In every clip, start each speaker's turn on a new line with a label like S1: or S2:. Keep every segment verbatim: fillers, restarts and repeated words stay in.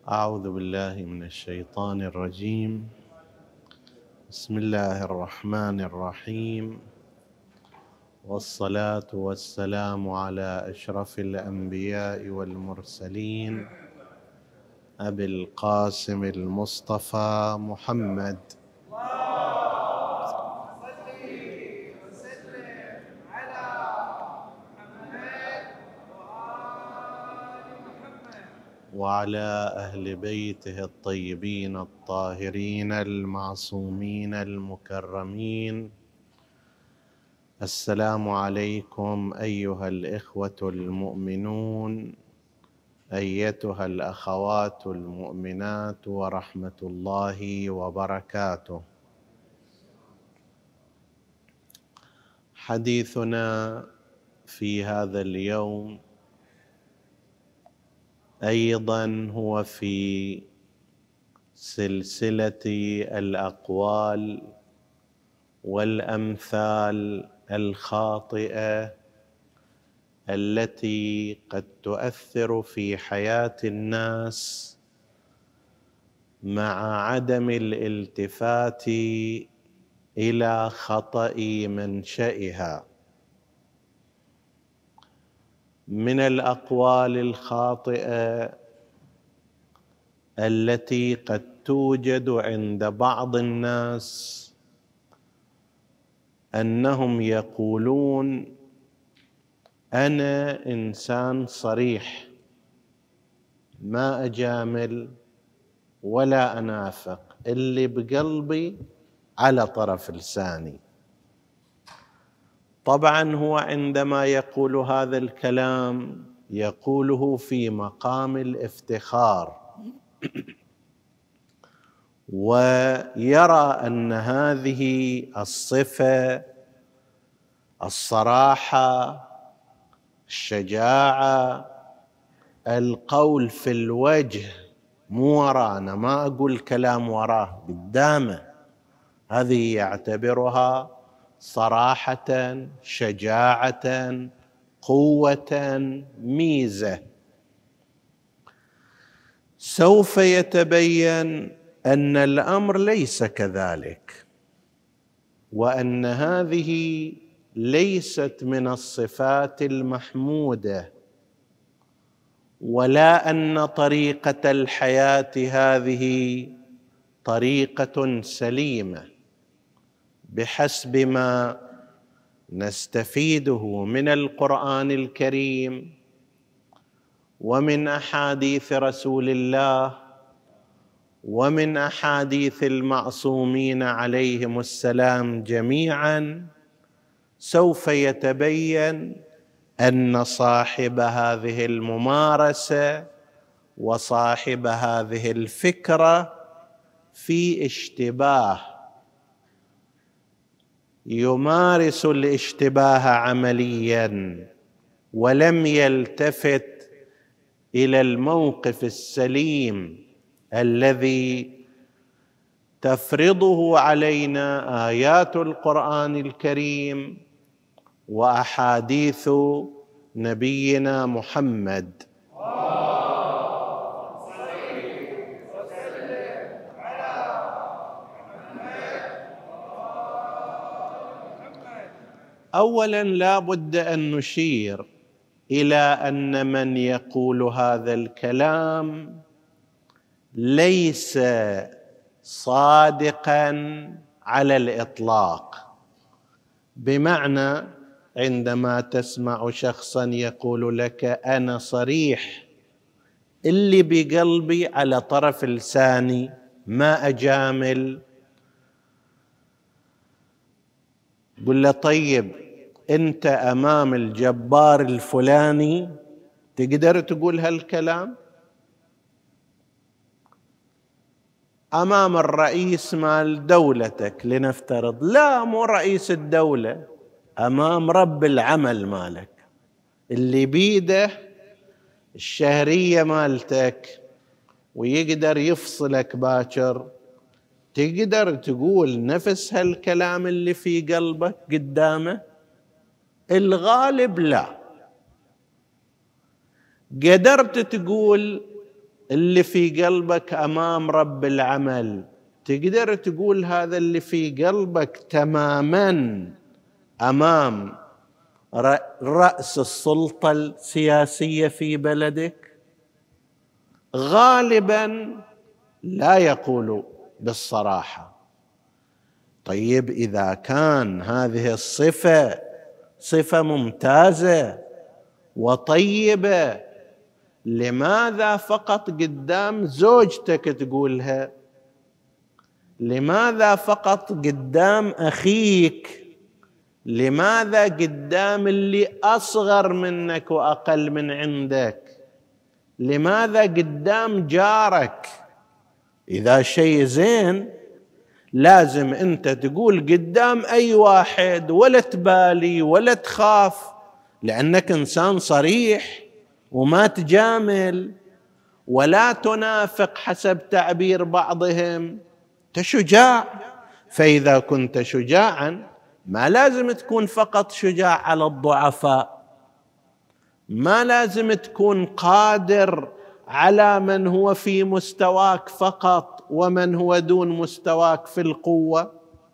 S1: أعوذ بالله من الشيطان الرجيم. بسم الله الرحمن الرحيم، والصلاة والسلام على أشرف الأنبياء والمرسلين أبي القاسم المصطفى محمد وعلى أهل بيته الطيبين الطاهرين المعصومين المكرمين. السلام عليكم أيها الإخوة المؤمنون، أيتها الأخوات المؤمنات، ورحمة الله وبركاته. حديثنا في هذا اليوم أيضا هو في سلسلة الأقوال والأمثال الخاطئة التي قد تؤثر في حياة الناس مع عدم الالتفات إلى خطأ منشئها. من الأقوال الخاطئة التي قد توجد عند بعض الناس أنهم يقولون: أنا إنسان صريح، ما أجامل ولا أنافق، اللي بقلبي على طرف لساني. طبعا هو عندما يقول هذا الكلام يقوله في مقام الافتخار، ويرى أن هذه الصفة، الصراحة، الشجاعة، القول في الوجه، مو ورانا، ما أقول كلام وراه، قدامه، هذه يعتبرها صراحة، شجاعة، قوة، ميزة. سوف يتبين أن الأمر ليس كذلك، وأن هذه ليست من الصفات المحمودة، ولا أن طريقة الحياة هذه طريقة سليمة بحسب ما نستفيده من القرآن الكريم ومن أحاديث رسول الله ومن أحاديث المعصومين عليهم السلام جميعا. سوف يتبين أن صاحب هذه الممارسة وصاحب هذه الفكرة في اشتباه، يمارس الاشتباه عمليا ولم يلتفت إلى الموقف السليم الذي تفرضه علينا آيات القرآن الكريم وأحاديث نبينا محمد. أولا لا بد أن نشير إلى أن من يقول هذا الكلام ليس صادقا على الإطلاق. بمعنى عندما تسمع شخصا يقول لك أنا صريح، اللي بقلبي على طرف لساني، ما أجامل، قل له: طيب أنت أمام الجبار الفلاني تقدر تقول هالكلام؟ أمام الرئيس مال دولتك لنفترض، لا مو رئيس الدولة، أمام رب العمل مالك اللي بيده الشهرية مالتك ويقدر يفصلك باكر، تقدر تقول نفس هالكلام اللي في قلبك قدامه؟ الغالب لا. قدرت تقول اللي في قلبك أمام رب العمل، تقدر تقول هذا اللي في قلبك تماما أمام رأس السلطة السياسية في بلدك؟ غالبا لا يقول بالصراحة. طيب إذا كان هذه الصفة صفة ممتازة وطيبة، لماذا فقط قدام زوجتك تقولها؟ لماذا فقط قدام أخيك؟ لماذا قدام اللي أصغر منك وأقل من عندك؟ لماذا قدام جارك؟ إذا شيء زين لازم أنت تقول قدام أي واحد، ولا تبالي ولا تخاف، لأنك إنسان صريح وما تجامل ولا تنافق حسب تعبير بعضهم، أنت شجاع. فإذا كنت شجاعا ما لازم تكون فقط شجاع على الضعفاء، ما لازم تكون قادر على من هو في مستواك فقط ومن هو دون مستواك في القوة.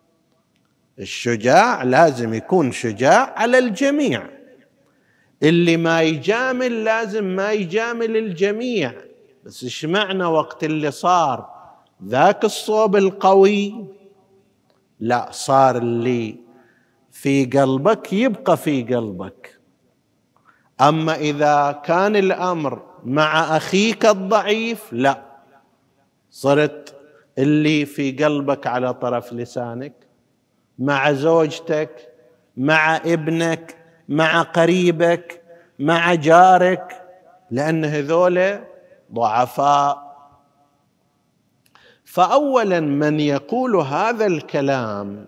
S1: الشجاع لازم يكون شجاع على الجميع، اللي ما يجامل لازم ما يجامل الجميع. بس إيش معنى وقت اللي صار ذاك الصوب القوي؟ لا، صار اللي في قلبك يبقى في قلبك. أما إذا كان الأمر مع أخيك الضعيف، لا، صرت اللي في قلبك على طرف لسانك، مع زوجتك، مع ابنك، مع قريبك، مع جارك، لأن هذول ضعفاء. فأولا من يقول هذا الكلام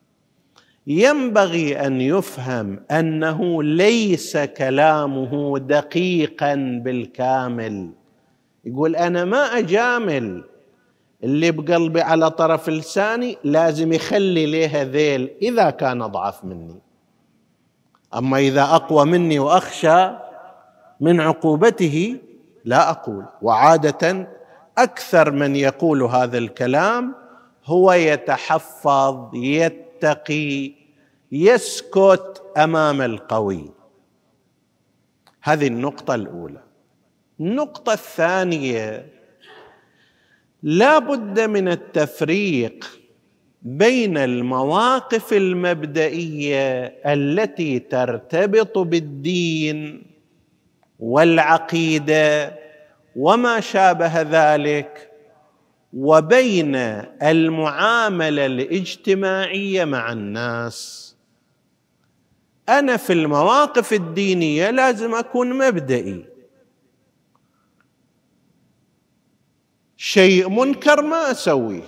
S1: ينبغي أن يفهم أنه ليس كلامه دقيقا بالكامل. يقول أنا ما أجامل اللي بقلبي على طرف لساني، لازم يخلي ليه ذيل إذا كان أضعف مني، أما إذا أقوى مني وأخشى من عقوبته لا أقول. وعادة أكثر من يقول هذا الكلام هو يتحفظ، يتقي، يسكت أمام القوي. هذه النقطة الأولى. النقطة الثانية، لا بد من التفريق بين المواقف المبدئية التي ترتبط بالدين والعقيدة وما شابه ذلك، وبين المعاملة الاجتماعية مع الناس. أنا في المواقف الدينية لازم أكون مبدئي، شيء منكر ما أسويه،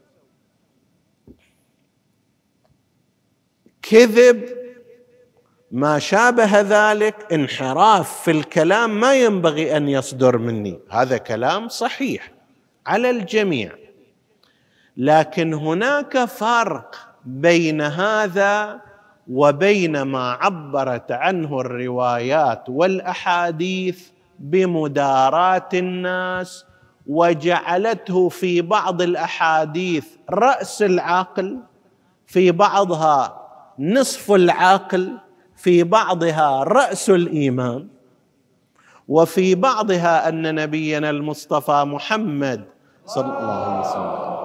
S1: كذب ما شابه ذلك، انحراف في الكلام ما ينبغي أن يصدر مني، هذا كلام صحيح على الجميع. لكن هناك فرق بين هذا وبين ما عبرت عنه الروايات والأحاديث بمداراة الناس، وجعلته في بعض الأحاديث رأس العقل، في بعضها نصف العقل، في بعضها رأس الإيمان، وفي بعضها أن نبينا المصطفى محمد صلى الله عليه وسلم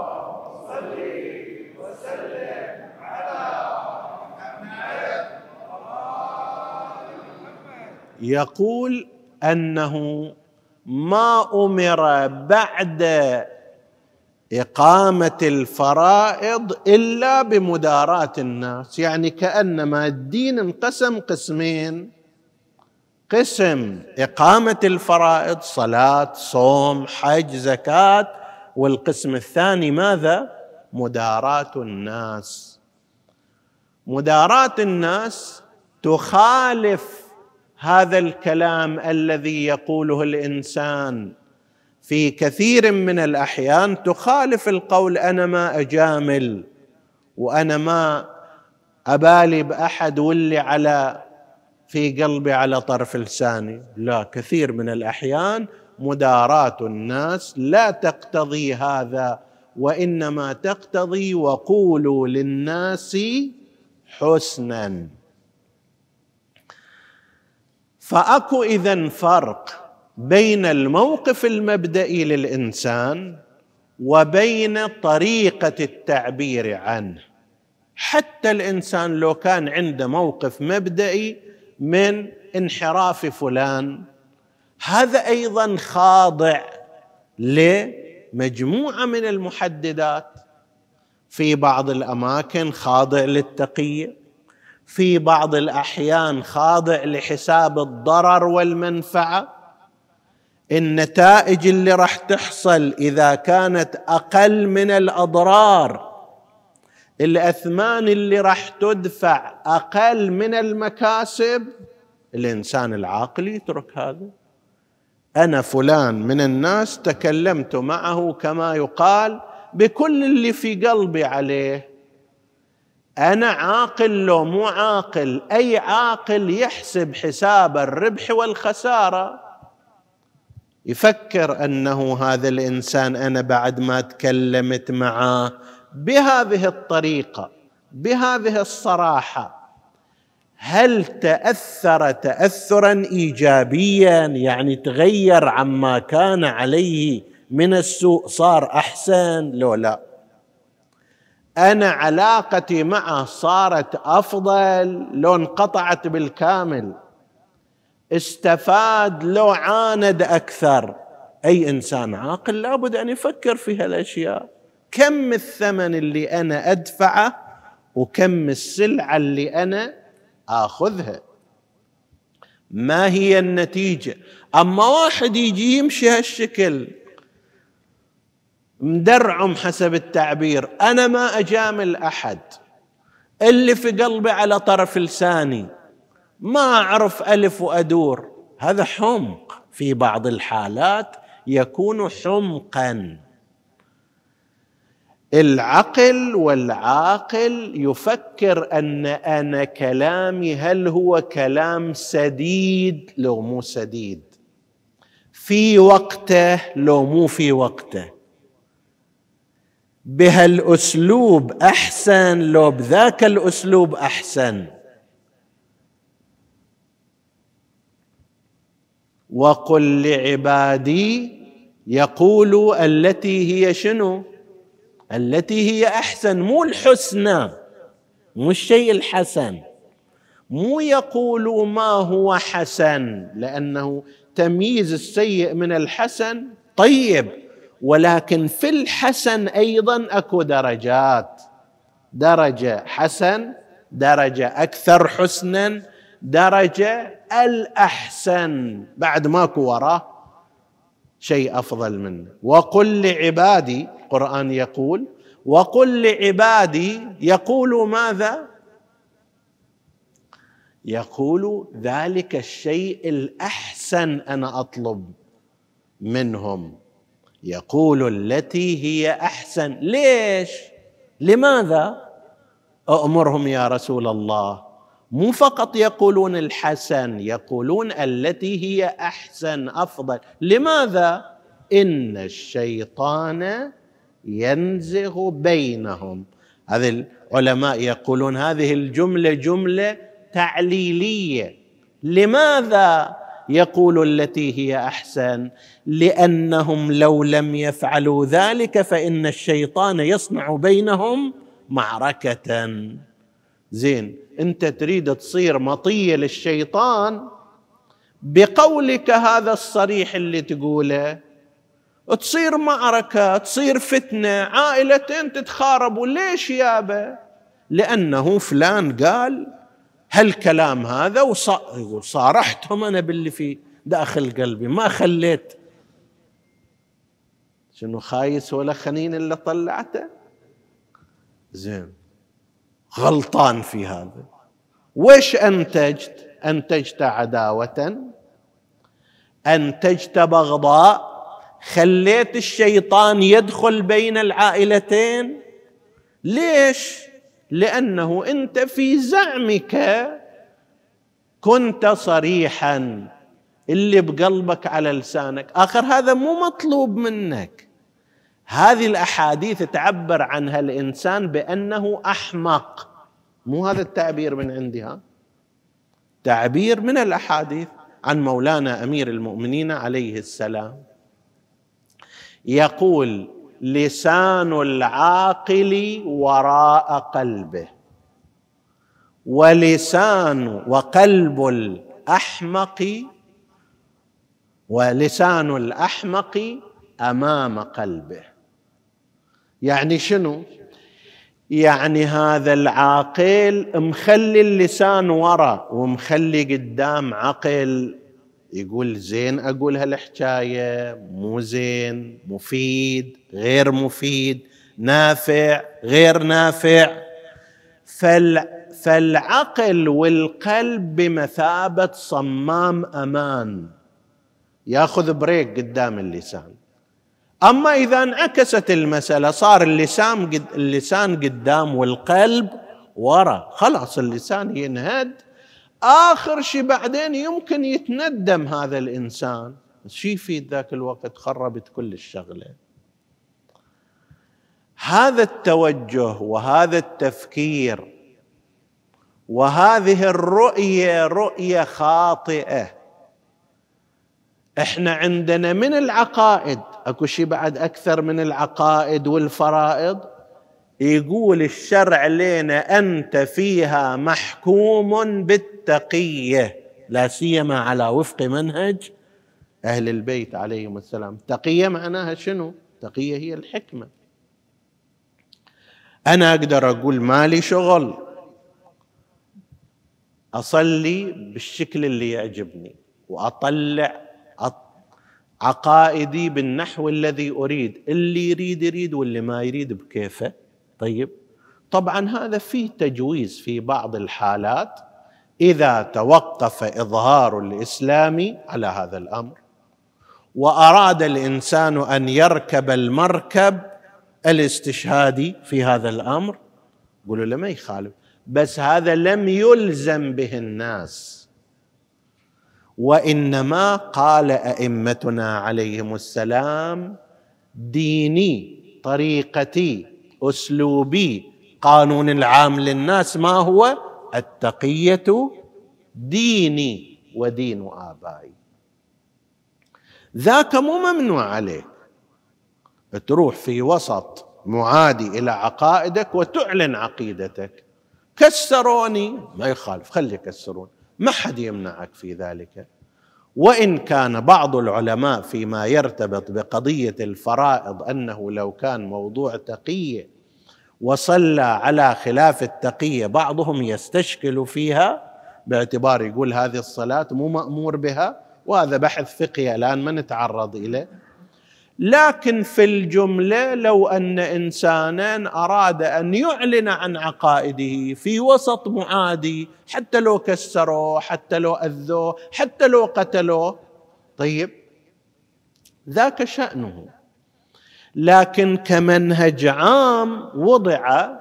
S1: يقول أنه ما أمر بعد إقامة الفرائض إلا بمداراة الناس. يعني كأنما الدين انقسم قسمين: قسم إقامة الفرائض، صلاة، صوم، حج، زكاة، والقسم الثاني ماذا؟ مداراة الناس. مداراة الناس تخالف هذا الكلام الذي يقوله الإنسان في كثير من الأحيان، تخالف القول أنا ما أجامل وأنا ما أبالي بأحد واللي على في قلبي على طرف لساني. لا، كثير من الأحيان مداراة الناس لا تقتضي هذا، وإنما تقتضي وقولوا للناس حسنا. فأكو إذن فرق بين الموقف المبدئي للإنسان وبين طريقة التعبير عنه. حتى الإنسان لو كان عنده موقف مبدئي من انحراف فلان، هذا أيضا خاضع لمجموعة من المحددات. في بعض الأماكن خاضع للتقية، في بعض الأحيان خاضع لحساب الضرر والمنفعة. النتائج اللي راح تحصل إذا كانت أقل من الأضرار، الأثمان اللي راح تدفع أقل من المكاسب، الإنسان العاقل يترك هذا. أنا فلان من الناس تكلمت معه كما يقال بكل اللي في قلبي عليه. أنا عاقل لو مو عاقل؟ أي عاقل يحسب حساب الربح والخسارة، يفكر أنه هذا الإنسان أنا بعد ما تكلمت معه بهذه الطريقة بهذه الصراحة، هل تأثر تأثرا إيجابيا، يعني تغير عما كان عليه من السوء صار أحسن؟ لو لا، أنا علاقتي معه صارت أفضل لو انقطعت بالكامل، استفاد لو عاند أكثر. أي إنسان عاقل لابد أن يفكر في هالأشياء. كم الثمن اللي أنا أدفعه وكم السلعة اللي أنا آخذها، ما هي النتيجة؟ أما واحد يجي يمشي هالشكل مدرعم حسب التعبير، أنا ما أجامل أحد، اللي في قلبي على طرف لساني، ما أعرف ألف وأدور، هذا حمق. في بعض الحالات يكون حمقا. العقل والعاقل يفكر أن أنا كلامي هل هو كلام سديد لو مو سديد، في وقته لو مو في وقته، بهالأسلوب أحسن لو بذاك الأسلوب أحسن. وقل لعبادي يقولوا التي هي شنو؟ التي هي أحسن، مو الحسنى، مو الشيء الحسن، مو يقولوا ما هو حسن، لأنه تمييز السيء من الحسن طيب، ولكن في الحسن أيضا أكو درجات، درجة حسن، درجة أكثر حسنا، درجة الأحسن، بعد ماكو وراه شيء أفضل منه. وقل لعبادي، القرآن يقول وقل لعبادي، يقول ماذا؟ يقول ذلك الشيء الأحسن أنا أطلب منهم، يقول التي هي أحسن. ليش؟ لماذا أأمرهم يا رسول الله؟ مو فقط يقولون الحسن، يقولون التي هي أحسن أفضل. لماذا؟ إن الشيطان ينزغ بينهم. هذه العلماء يقولون هذه الجملة جملة تعليلية. لماذا يقول التي هي أحسن؟ لأنهم لو لم يفعلوا ذلك فإن الشيطان يصنع بينهم معركة. زين، أنت تريد تصير مطية للشيطان بقولك هذا الصريح اللي تقوله، تصير معركة، تصير فتنة، عائلتين تتخاربوا. ليش يابا؟ لأنه فلان قال هالكلام هذا وصارحتهم أنا باللي في داخل قلبي، ما خليت شنو خايس ولا خنين اللي طلعته. زين، غلطان في هذا. وش أنتجت؟ أنتجت عداوة، أنتجت بغضاء، خليت الشيطان يدخل بين العائلتين. ليش؟ لأنه أنت في زعمك كنت صريحا، اللي بقلبك على لسانك، آخر هذا مو مطلوب منك. هذه الأحاديث تعبر عن هالإنسان بأنه أحمق، مو هذا التعبير من عندها، تعبير من الأحاديث عن مولانا أمير المؤمنين عليه السلام. يقول: لسان العاقل وراء قلبه، ولسان وقلب الأحمق ولسان الأحمق أمام قلبه. يعني شنو؟ يعني هذا العاقل مخلي اللسان وراء ومخلي قدام عقل يقول زين أقول هالحكاية، مو زين، مفيد غير مفيد، نافع غير نافع. فالعقل والقلب بمثابة صمام أمان ياخذ بريك قدام اللسان. أما إذا انعكست المسألة، صار اللسان قد اللسان قدام والقلب ورا، خلاص اللسان ينهد، آخر شيء بعدين يمكن يتندم هذا الإنسان. شي في ذاك الوقت خربت كل الشغلة. هذا التوجه وهذا التفكير وهذه الرؤية رؤية خاطئة. احنا عندنا من العقائد، اكو شيء بعد اكثر من العقائد والفرائض، يقول الشرع لنا انت فيها محكوم بالتقية، لا سيما على وفق منهج اهل البيت عليهم السلام. تقية معناها شنو؟ تقية هي الحكمة. انا اقدر اقول مالي شغل، اصلي بالشكل اللي يعجبني واطلع عقائدي بالنحو الذي أريد، اللي يريد يريد واللي ما يريد بكيفه. طيب، طبعا هذا فيه تجويز في بعض الحالات إذا توقف إظهار الإسلام على هذا الأمر وأراد الإنسان أن يركب المركب الاستشهادي في هذا الأمر، قولوا له ما يخالف، بس هذا لم يلزم به الناس، وإنما قال أئمتنا عليهم السلام: ديني، طريقتي، أسلوبي، قانون العام للناس ما هو؟ التقية ديني ودين آبائي. ذاك مو ممنوع عليك تروح في وسط معادي إلى عقائدك وتعلن عقيدتك. كسروني ما يخالف، خلي يكسرون، ما حد يمنعك في ذلك. وإن كان بعض العلماء فيما يرتبط بقضية الفرائض أنه لو كان موضوع تقية وصلى على خلاف التقية بعضهم يستشكل فيها باعتبار يقول هذه الصلاة مو مأمور بها، وهذا بحث فقهي الآن ما نتعرض إليه. لكن في الجملة لو أن إنسانا أراد أن يعلن عن عقائده في وسط معادي، حتى لو كسروه، حتى لو أذوه، حتى لو قتلوه، طيب ذاك شأنه. لكن كمنهج عام وضع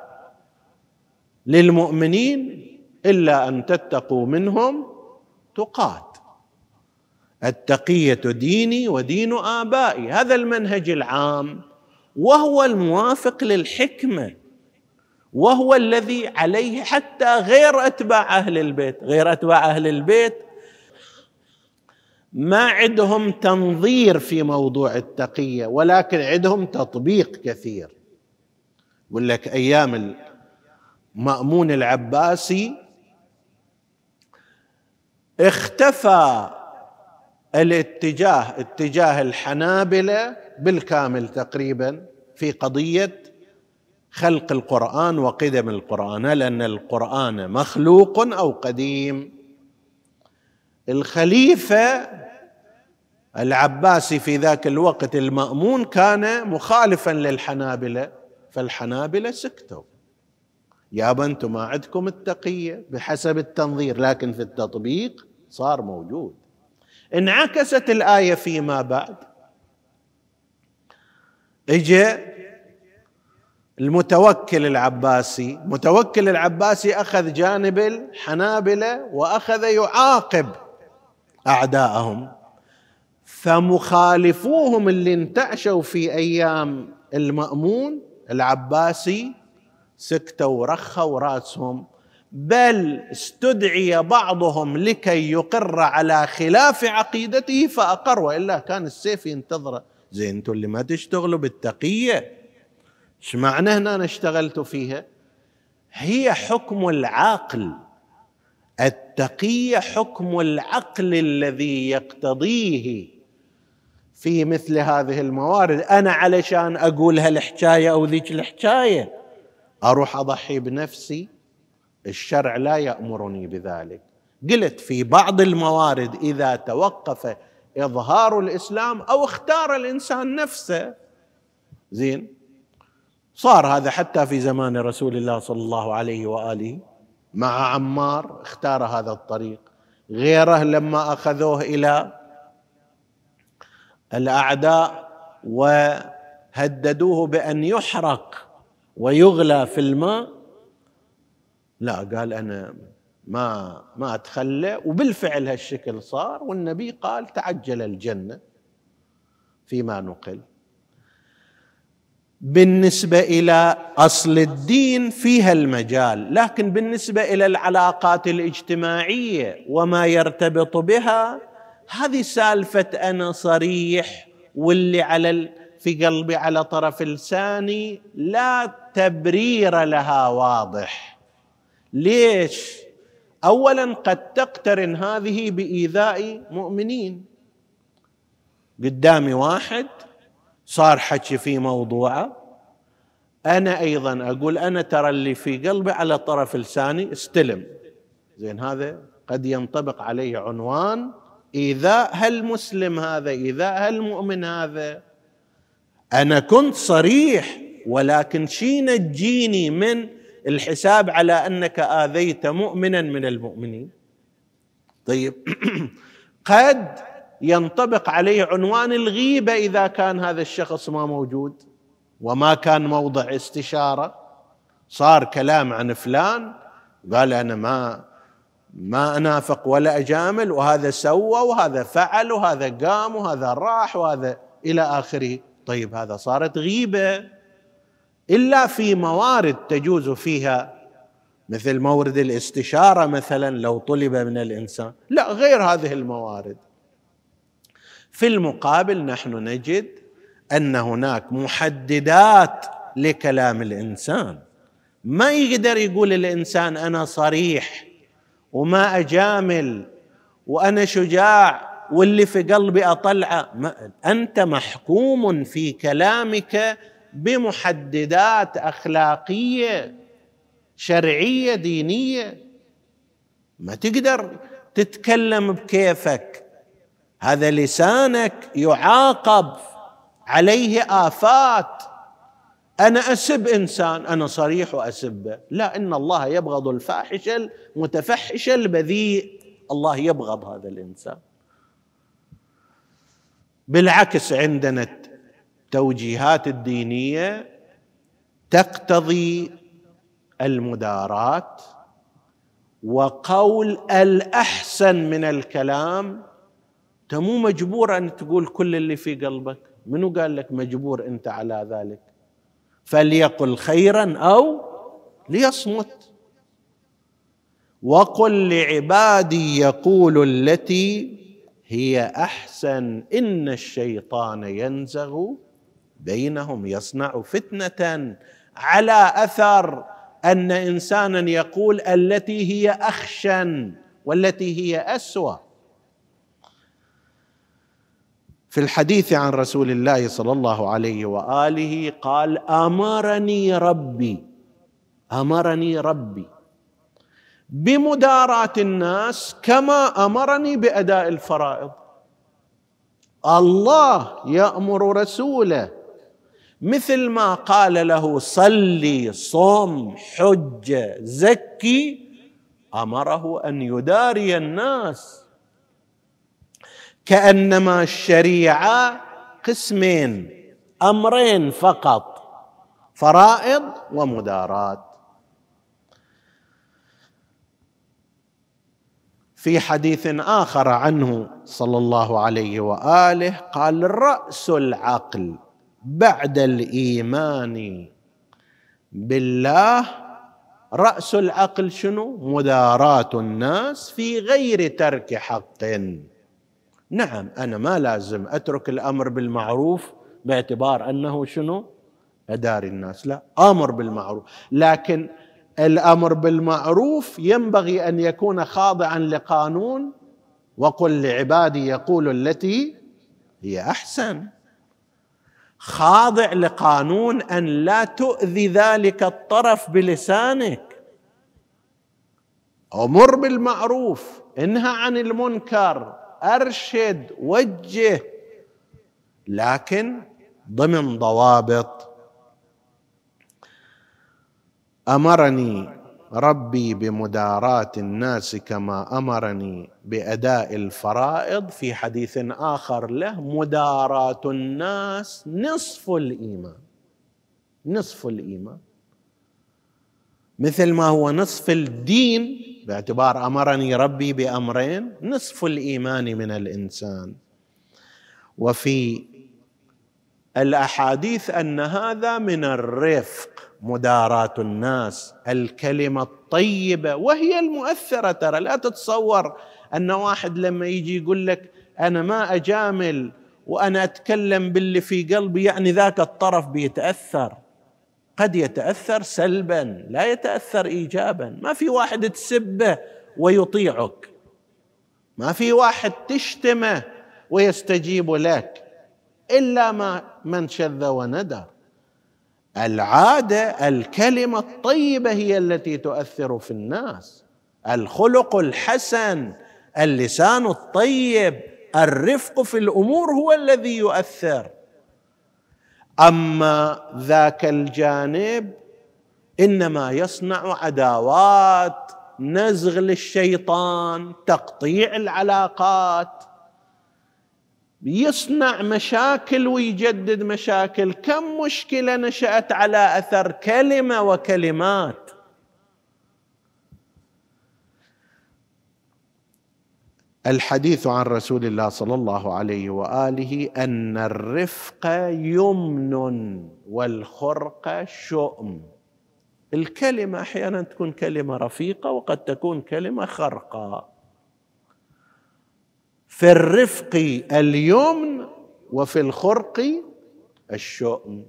S1: للمؤمنين: إلا أن تتقوا منهم تقات، التقية ديني ودين آبائي. هذا المنهج العام، وهو الموافق للحكمة، وهو الذي عليه حتى غير أتباع أهل البيت. غير أتباع أهل البيت ما عندهم تنظير في موضوع التقية، ولكن عندهم تطبيق كثير. يقول لك أيام المأمون العباسي اختفى الاتجاه اتجاه الحنابلة بالكامل تقريبا في قضية خلق القرآن وقدم القرآن، لأن القرآن مخلوق أو قديم. الخليفة العباسي في ذاك الوقت المأمون كان مخالفا للحنابلة، فالحنابلة سكتوا، يابا أنتم ما عندكم التقية بحسب التنظير، لكن في التطبيق صار موجود. انعكست الآية فيما بعد، اجى المتوكل العباسي، متوكل العباسي أخذ جانب الحنابلة وأخذ يعاقب أعداءهم، فمخالفوهم اللي انتعشوا في أيام المأمون العباسي سكتوا ورخوا رأسهم، بل استدعي بعضهم لكي يقر على خلاف عقيدته فأقر، وإلا كان السيف ينتظره. زين انتم اللي ما تشتغلوا بالتقية، ايش معنى هنا أنا اشتغلت فيها؟ هي حكم العقل، التقية حكم العقل الذي يقتضيه في مثل هذه الموارد. أنا علشان أقول هالحكاية أو ذيك الحكاية أروح أضحي بنفسي؟ الشرع لا يأمرني بذلك. قلت في بعض الموارد إذا توقف إظهار الإسلام أو اختار الإنسان نفسه، زين، صار هذا حتى في زمان رسول الله صلى الله عليه وآله مع عمار، اختار هذا الطريق. غيره لما أخذوه إلى الأعداء وهددوه بأن يحرق ويغلى في الماء، لا، قال أنا ما ما أتخلى، وبالفعل هالشكل صار، والنبي قال تعجل الجنة فيما نقل. بالنسبة إلى أصل الدين فيها المجال، لكن بالنسبة إلى العلاقات الاجتماعية وما يرتبط بها، هذه سالفة أنا صريح واللي على في قلبي على طرف لساني لا تبرير لها واضح. ليش؟ أولا قد تقترن هذه بإيذاء مؤمنين. قدامي واحد صار حكي في موضوعه، أنا أيضا أقول أنا ترى اللي في قلبي على طرف لساني، استلم. زين، هذا قد ينطبق عليه عنوان إيذاء هالمسلم هذا، إيذاء هالمؤمن هذا. أنا كنت صريح، ولكن شي نجيني من الحساب على أنك آذيت مؤمنا من المؤمنين؟ طيب قد ينطبق عليه عنوان الغيبة إذا كان هذا الشخص ما موجود وما كان موضع استشارة، صار كلام عن فلان، قال أنا ما ما أنافق ولا أجامل، وهذا سوى وهذا فعل وهذا قام وهذا راح وهذا إلى آخره. طيب هذا صارت غيبة، إلا في موارد تجوز فيها، مثل مورد الاستشارة مثلا لو طلب من الإنسان، لا، غير هذه الموارد. في المقابل نحن نجد أن هناك محددات لكلام الإنسان. ما يقدر يقول الإنسان أنا صريح وما أجامل وأنا شجاع واللي في قلبي أطلعه. أنت محكوم في كلامك بمحددات أخلاقية شرعية دينية، ما تقدر تتكلم بكيفك. هذا لسانك يعاقب عليه آفات. أنا أسب إنسان، أنا صريح وأسبه، لا، إن الله يبغض الفاحش المتفحش البذيء، الله يبغض هذا الإنسان. بالعكس، عندنا التوجيهات الدينية تقتضي المداراة وقول الأحسن من الكلام. أنت مو مجبور أن تقول كل اللي في قلبك، منو قال لك مجبور أنت على ذلك؟ فليقل خيرا أو ليصمت. وقل لعبادي يقولوا التي هي أحسن إن الشيطان ينزغ بينهم يصنع فتنة، على أثر أن إنسانا يقول التي هي أخشن والتي هي أسوأ. في الحديث عن رسول الله صلى الله عليه وآله قال أمرني ربي أمرني ربي بمداراة الناس كما أمرني بأداء الفرائض. الله يأمر رسوله مثل ما قال له صلي صم حج زكي، أمره أن يداري الناس. كأنما الشريعة قسمين، أمرين فقط، فرائض ومدارات. في حديث آخر عنه صلى الله عليه وآله قال: رأس العقل بعد الإيمان بالله، رأس العقل شنو؟ مداراة الناس في غير ترك حق. نعم، أنا ما لازم أترك الأمر بالمعروف باعتبار أنه شنو؟ أداري الناس، لا، أمر بالمعروف، لكن الأمر بالمعروف ينبغي أن يكون خاضعا لقانون، وقل لعبادي يقولوا التي هي أحسن، خاضع لقانون أن لا تؤذي ذلك الطرف بلسانك. أمر بالمعروف، انهى عن المنكر، أرشد، وجه، لكن ضمن ضوابط. أمرني ربي بمداراة الناس كما أمرني بأداء الفرائض. في حديث آخر له: مداراة الناس نصف الإيمان. نصف الإيمان، مثل ما هو نصف الدين باعتبار أمرني ربي بأمرين، نصف الإيمان من الإنسان. وفي الأحاديث أن هذا من الرفق، مداراة الناس، الكلمة الطيبة وهي المؤثرة. ترى لا تتصور أن واحد لما يجي يقول لك أنا ما أجامل وأنا أتكلم باللي في قلبي يعني ذاك الطرف بيتأثر. قد يتأثر سلبا، لا يتأثر إيجابا. ما في واحد تسبه ويطيعك، ما في واحد تشتمه ويستجيب لك، إلا ما من شذ وندر. العادة الكلمة الطيبة هي التي تؤثر في الناس، الخلق الحسن، اللسان الطيب، الرفق في الأمور هو الذي يؤثر. أما ذاك الجانب إنما يصنع عداوات، نزغ للشيطان، تقطيع العلاقات، يصنع مشاكل ويجدد مشاكل. كم مشكلة نشأت على أثر كلمة وكلمات. الحديث عن رسول الله صلى الله عليه وآله أن الرفق يمن والخرق شؤم. الكلمة أحيانا تكون كلمة رفيقة وقد تكون كلمة خرقة. في الرفق اليمن وفي الخرق الشؤم.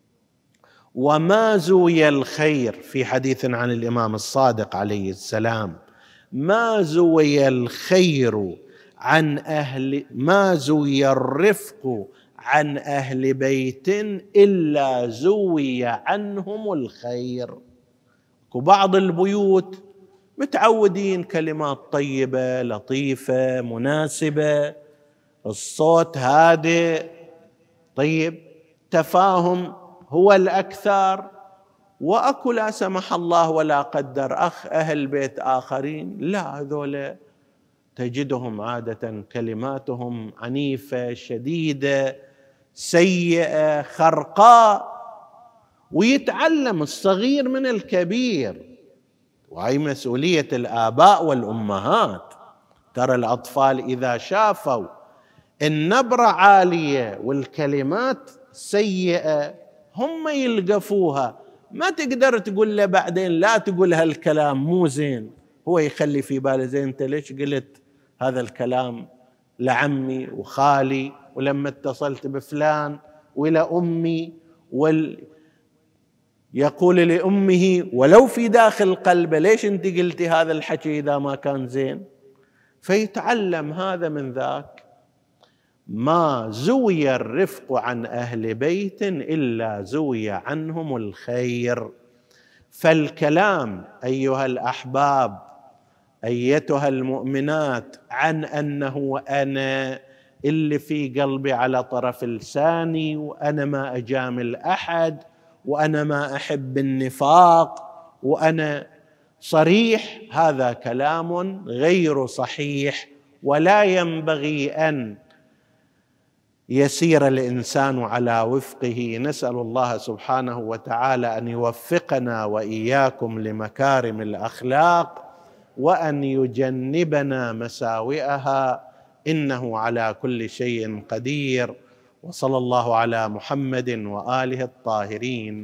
S1: وما زوي الخير، في حديث عن الإمام الصادق عليه السلام: ما زوي الخير عن أهل ما زوي الرفق عن أهل بيت إلا زوي عنهم الخير. وبعض البيوت متعودين كلمات طيبة لطيفة مناسبة، الصوت هادئ طيب، تفاهم هو الأكثر، وأكو لا سمح الله ولا قدر أخ أهل بيت آخرين لا، هذول تجدهم عادة كلماتهم عنيفة شديدة سيئة خرقاء. ويتعلم الصغير من الكبير، وهي مسؤولية الآباء والأمهات. ترى الأطفال إذا شافوا النبرة عالية والكلمات سيئة هم يلقفوها، ما تقدر تقول له بعدين لا تقول هالكلام مو زين. هو يخلي في باله زين أنت ليش قلت هذا الكلام لعمي وخالي، ولما اتصلت بفلان وإلى أمي، وال يقول لأمه ولو في داخل قلبه ليش أنت قلتي هذا الحكي إذا ما كان زين. فيتعلم هذا من ذاك. ما زوي الرفق عن أهل بيت إلا زوي عنهم الخير. فالكلام أيها الأحباب أيتها المؤمنات عن أنه أنا اللي في قلبي على طرف لساني، وأنا ما أجامل أحد، وأنا ما أحب النفاق، وأنا صريح، هذا كلام غير صحيح. ولا ينبغي أن يسير الإنسان على وفقه. نسأل الله سبحانه وتعالى أن يوفقنا وإياكم لمكارم الأخلاق وأن يجنبنا مساوئها، إنه على كل شيء قدير. وصلى الله على محمد وآله الطاهرين.